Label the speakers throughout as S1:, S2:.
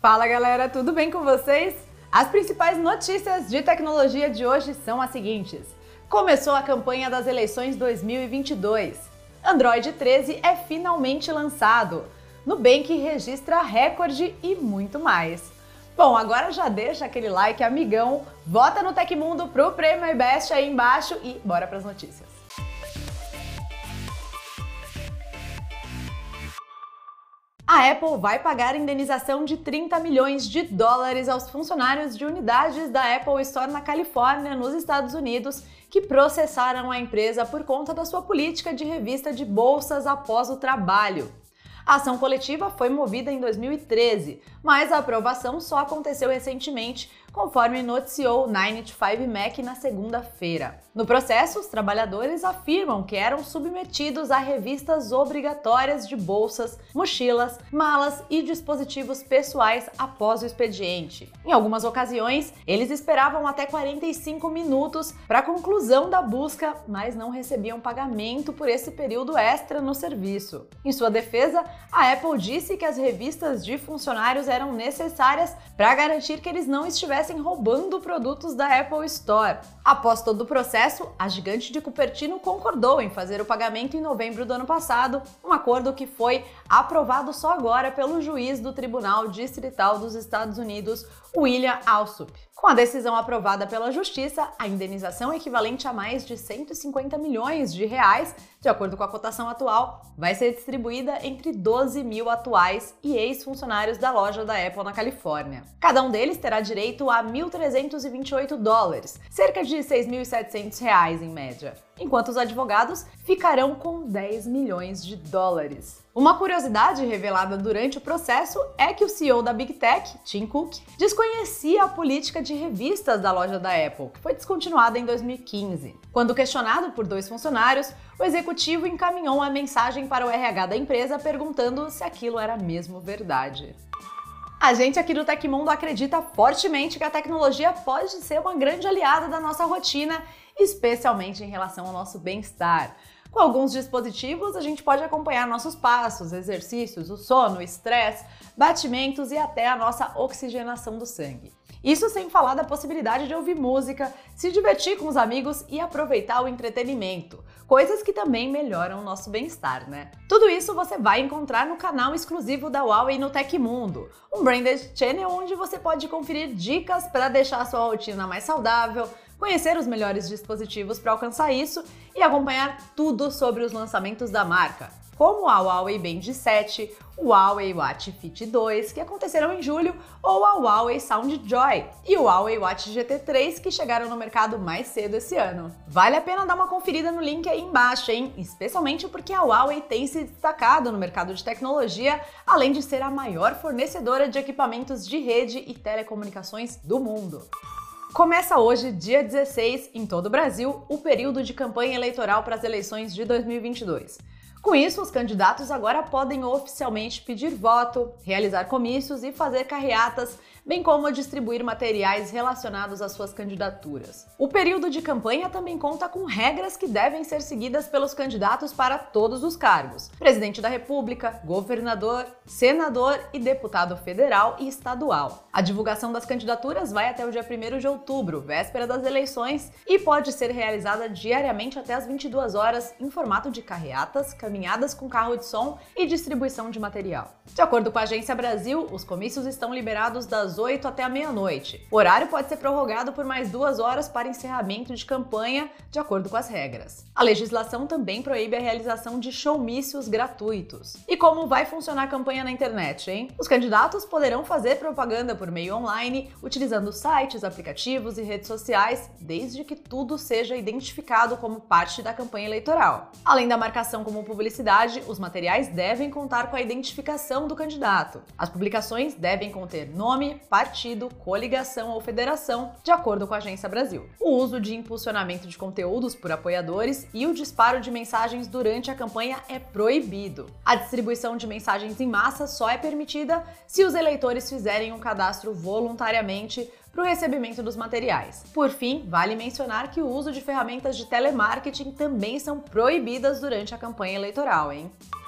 S1: Fala galera, tudo bem com vocês? As principais notícias de tecnologia de hoje são as seguintes. Começou a campanha das eleições 2022. Android 13 é finalmente lançado. Nubank registra recorde e muito mais. Bom, agora já deixa aquele like amigão, vota no Tecmundo pro Prêmio iBest aí embaixo e bora pras notícias. A Apple vai pagar indenização de 30 milhões de dólares aos funcionários de unidades da Apple Store na Califórnia, nos Estados Unidos, que processaram a empresa por conta da sua política de revista de bolsas após o trabalho. A ação coletiva foi movida em 2013, mas a aprovação só aconteceu recentemente, conforme noticiou o 9to5Mac na segunda-feira. No processo, os trabalhadores afirmam que eram submetidos a revistas obrigatórias de bolsas, mochilas, malas e dispositivos pessoais após o expediente. Em algumas ocasiões, eles esperavam até 45 minutos para a conclusão da busca, mas não recebiam pagamento por esse período extra no serviço. Em sua defesa, a Apple disse que as revistas de funcionários eram necessárias para garantir que eles não estivessem roubando produtos da Apple Store. Após todo o processo, a gigante de Cupertino concordou em fazer o pagamento em novembro do ano passado, um acordo que foi aprovado só agora pelo juiz do Tribunal Distrital dos Estados Unidos, William Alsup. Com a decisão aprovada pela Justiça, a indenização equivalente a mais de 150 milhões de reais, de acordo com a cotação atual, vai ser distribuída entre 12 mil atuais e ex-funcionários da loja da Apple na Califórnia. Cada um deles terá direito a 1.328 dólares, cerca de 6.700 reais em média, enquanto os advogados ficarão com 10 milhões de dólares. Uma curiosidade revelada durante o processo é que o CEO da Big Tech, Tim Cook, desconhecia a política de revistas da loja da Apple, que foi descontinuada em 2015. Quando questionado por dois funcionários, o executivo encaminhou uma mensagem para o RH da empresa perguntando se aquilo era mesmo verdade. A gente aqui do Tecmundo acredita fortemente que a tecnologia pode ser uma grande aliada da nossa rotina, especialmente em relação ao nosso bem-estar. Com alguns dispositivos, a gente pode acompanhar nossos passos, exercícios, o sono, o estresse, batimentos e até a nossa oxigenação do sangue. Isso sem falar da possibilidade de ouvir música, se divertir com os amigos e aproveitar o entretenimento, coisas que também melhoram o nosso bem-estar, né? Tudo isso você vai encontrar no canal exclusivo da Huawei no Tecmundo, um branded channel onde você pode conferir dicas para deixar a sua rotina mais saudável, conhecer os melhores dispositivos para alcançar isso e acompanhar tudo sobre os lançamentos da marca, como a Huawei Band 7, o Huawei Watch Fit 2, que aconteceram em julho, ou a Huawei Sound Joy e o Huawei Watch GT3, que chegaram no mercado mais cedo esse ano. Vale a pena dar uma conferida no link aí embaixo, hein? Especialmente porque a Huawei tem se destacado no mercado de tecnologia, além de ser a maior fornecedora de equipamentos de rede e telecomunicações do mundo. Começa hoje, dia 16, em todo o Brasil, o período de campanha eleitoral para as eleições de 2022. Com isso, os candidatos agora podem oficialmente pedir voto, realizar comícios e fazer carreatas, bem como distribuir materiais relacionados às suas candidaturas. O período de campanha também conta com regras que devem ser seguidas pelos candidatos para todos os cargos: presidente da República, governador, senador e deputado federal e estadual. A divulgação das candidaturas vai até o dia 1º de outubro, véspera das eleições, e pode ser realizada diariamente até às 22 horas em formato de carreatas, caminhadas com carro de som e distribuição de material. De acordo com a Agência Brasil, os comícios estão liberados das 8 até a meia-noite. O horário pode ser prorrogado por mais 2 horas para encerramento de campanha, de acordo com as regras. A legislação também proíbe a realização de showmícios gratuitos. E como vai funcionar a campanha na internet, hein? Os candidatos poderão fazer propaganda por meio online, utilizando sites, aplicativos e redes sociais, desde que tudo seja identificado como parte da campanha eleitoral. Além da marcação como publicidade, os materiais devem contar com a identificação do candidato. As publicações devem conter nome, partido, coligação ou federação, de acordo com a Agência Brasil. O uso de impulsionamento de conteúdos por apoiadores e o disparo de mensagens durante a campanha é proibido. A distribuição de mensagens em massa só é permitida se os eleitores fizerem um cadastro voluntariamente para o recebimento dos materiais. Por fim, vale mencionar que o uso de ferramentas de telemarketing também são proibidas durante a campanha eleitoral, hein?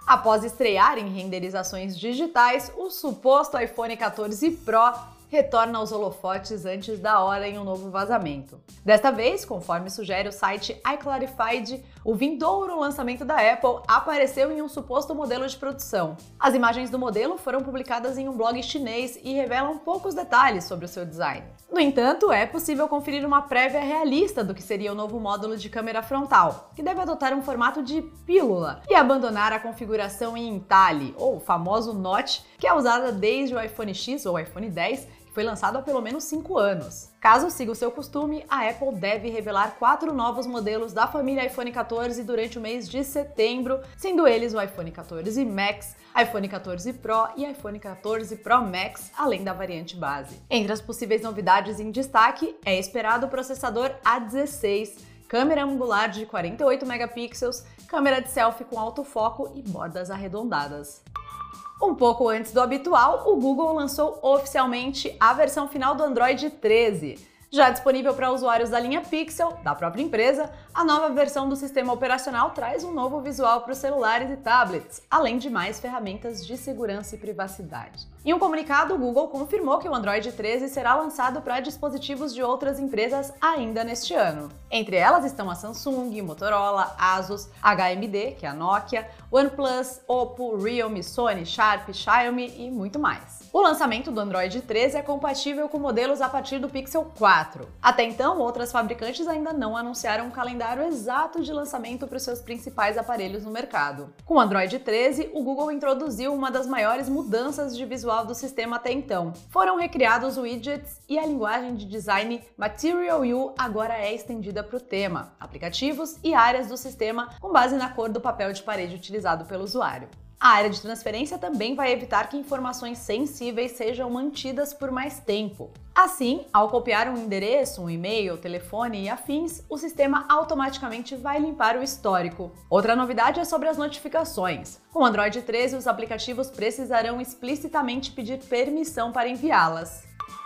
S1: Após estrear em renderizações digitais, o suposto iPhone 14 Pro retorna aos holofotes antes da hora em um novo vazamento. Desta vez, conforme sugere o site iClarified, o vindouro lançamento da Apple apareceu em um suposto modelo de produção. As imagens do modelo foram publicadas em um blog chinês e revelam poucos detalhes sobre o seu design. No entanto, é possível conferir uma prévia realista do que seria o novo módulo de câmera frontal, que deve adotar um formato de pílula e abandonar a configuração em entalhe, ou o famoso notch, que é usada desde o iPhone X ou iPhone X, que foi lançado há pelo menos 5 anos. Caso siga o seu costume, a Apple deve revelar 4 novos modelos da família iPhone 14 durante o mês de setembro, sendo eles o iPhone 14 Max, iPhone 14 Pro e iPhone 14 Pro Max, além da variante base. Entre as possíveis novidades em destaque, é esperado o processador A16, câmera angular de 48 megapixels, câmera de selfie com autofoco e bordas arredondadas. Um pouco antes do habitual, o Google lançou oficialmente a versão final do Android 13. Já disponível para usuários da linha Pixel, da própria empresa, a nova versão do sistema operacional traz um novo visual para os celulares e tablets, além de mais ferramentas de segurança e privacidade. Em um comunicado, o Google confirmou que o Android 13 será lançado para dispositivos de outras empresas ainda neste ano. Entre elas estão a Samsung, Motorola, Asus, HMD, que é a Nokia, OnePlus, Oppo, Realme, Sony, Sharp, Xiaomi e muito mais. O lançamento do Android 13 é compatível com modelos a partir do Pixel 4. Até então, outras fabricantes ainda não anunciaram um calendário exato de lançamento para os seus principais aparelhos no mercado. Com o Android 13, o Google introduziu uma das maiores mudanças de visual do sistema até então. Foram recriados widgets e a linguagem de design Material U agora é estendida para o tema, aplicativos e áreas do sistema com base na cor do papel de parede utilizado pelo usuário. A área de transferência também vai evitar que informações sensíveis sejam mantidas por mais tempo. Assim, ao copiar um endereço, um e-mail, telefone e afins, o sistema automaticamente vai limpar o histórico. Outra novidade é sobre as notificações. Com o Android 13, os aplicativos precisarão explicitamente pedir permissão para enviá-las.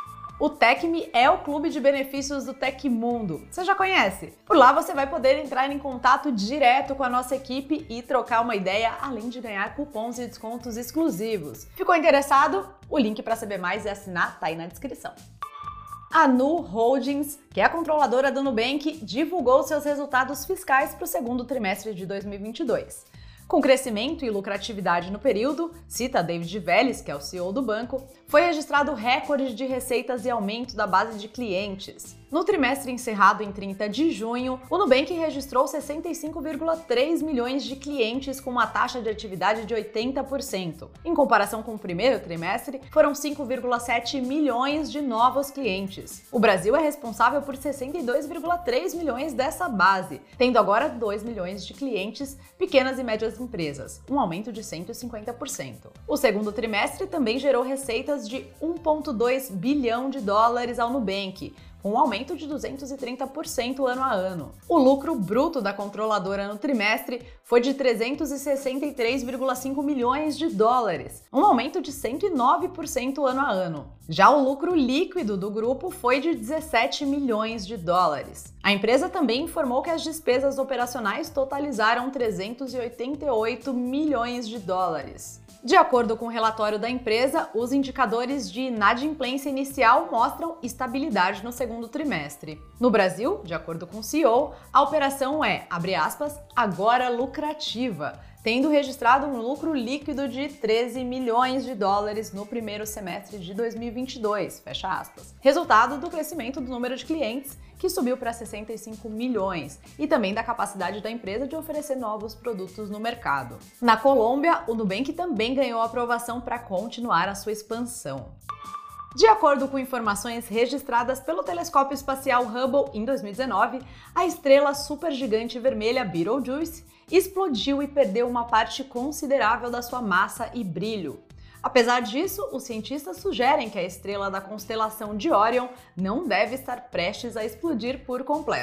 S1: O TecMe é o clube de benefícios do Tecmundo. Você já conhece? Por lá você vai poder entrar em contato direto com a nossa equipe e trocar uma ideia, além de ganhar cupons e descontos exclusivos. Ficou interessado? O link para saber mais e assinar tá aí na descrição. A Nu Holdings, que é a controladora do Nubank, divulgou seus resultados fiscais para o segundo trimestre de 2022. Com crescimento e lucratividade no período, cita David Vélez, que é o CEO do banco, foi registrado recorde de receitas e aumento da base de clientes. No trimestre encerrado em 30 de junho, o Nubank registrou 65,3 milhões de clientes com uma taxa de atividade de 80%. Em comparação com o primeiro trimestre, foram 5,7 milhões de novos clientes. O Brasil é responsável por 62,3 milhões dessa base, tendo agora 2 milhões de clientes, pequenas e médias empresas, um aumento de 150%. O segundo trimestre também gerou receitas de 1,2 bilhão de dólares ao Nubank, com um aumento de 230% ano a ano. O lucro bruto da controladora no trimestre foi de 363,5 milhões de dólares, um aumento de 109% ano a ano. Já o lucro líquido do grupo foi de 17 milhões de dólares. A empresa também informou que as despesas operacionais totalizaram 388 milhões de dólares. De acordo com o relatório da empresa, os indicadores de inadimplência inicial mostram estabilidade no segundo trimestre. No Brasil, de acordo com o CEO, a operação é, abre aspas, agora lucrativa, tendo registrado um lucro líquido de 13 milhões de dólares no primeiro semestre de 2022, fecha aspas. Resultado do crescimento do número de clientes, que subiu para 65 milhões, e também da capacidade da empresa de oferecer novos produtos no mercado. Na Colômbia, o Nubank também ganhou aprovação para continuar a sua expansão. De acordo com informações registradas pelo telescópio espacial Hubble em 2019, a estrela supergigante vermelha Betelgeuse explodiu e perdeu uma parte considerável da sua massa e brilho. Apesar disso, os cientistas sugerem que a estrela da constelação de Órion não deve estar prestes a explodir por completo.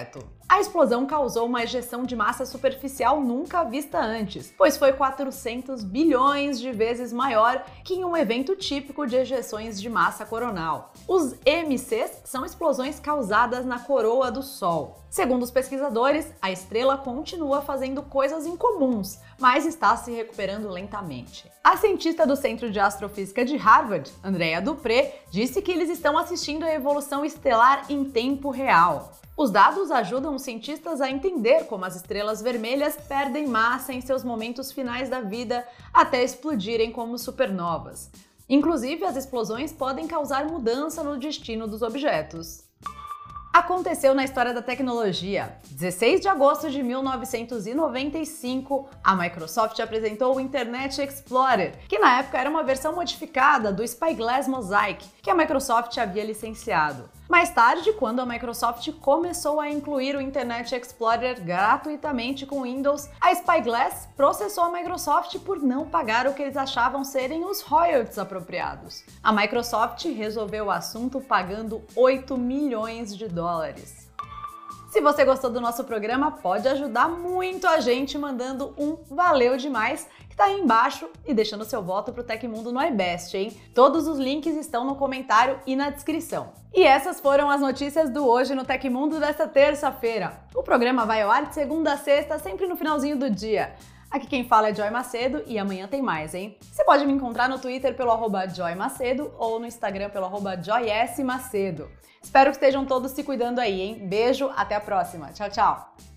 S1: A explosão causou uma ejeção de massa superficial nunca vista antes, pois foi 400 bilhões de vezes maior que em um evento típico de ejeções de massa coronal. Os EMCs são explosões causadas na coroa do Sol. Segundo os pesquisadores, a estrela continua fazendo coisas incomuns, mas está se recuperando lentamente. A cientista do Centro de Astrofísica de Harvard, Andrea Dupré, disse que eles estão assistindo a evolução estelar em tempo real. Os dados ajudam os cientistas a entender como as estrelas vermelhas perdem massa em seus momentos finais da vida até explodirem como supernovas. Inclusive, as explosões podem causar mudança no destino dos objetos. Aconteceu na história da tecnologia. 16 de agosto de 1995, a Microsoft apresentou o Internet Explorer, que na época era uma versão modificada do Spyglass Mosaic, que a Microsoft havia licenciado. Mais tarde, quando a Microsoft começou a incluir o Internet Explorer gratuitamente com Windows, a Spyglass processou a Microsoft por não pagar o que eles achavam serem os royalties apropriados. A Microsoft resolveu o assunto pagando 8 milhões de dólares. Se você gostou do nosso programa, pode ajudar muito a gente mandando um valeu demais, que tá aí embaixo, e deixando seu voto pro Tecmundo no iBest, hein? Todos os links estão no comentário e na descrição. E essas foram as notícias do Hoje no Tecmundo desta terça-feira. O programa vai ao ar de segunda a sexta, sempre no finalzinho do dia. Aqui quem fala é Joy Macedo e amanhã tem mais, hein? Você pode me encontrar no Twitter pelo @JoyMacedo ou no Instagram pelo @JoySMacedo. Espero que estejam todos se cuidando aí, hein? Beijo, até a próxima. Tchau, tchau!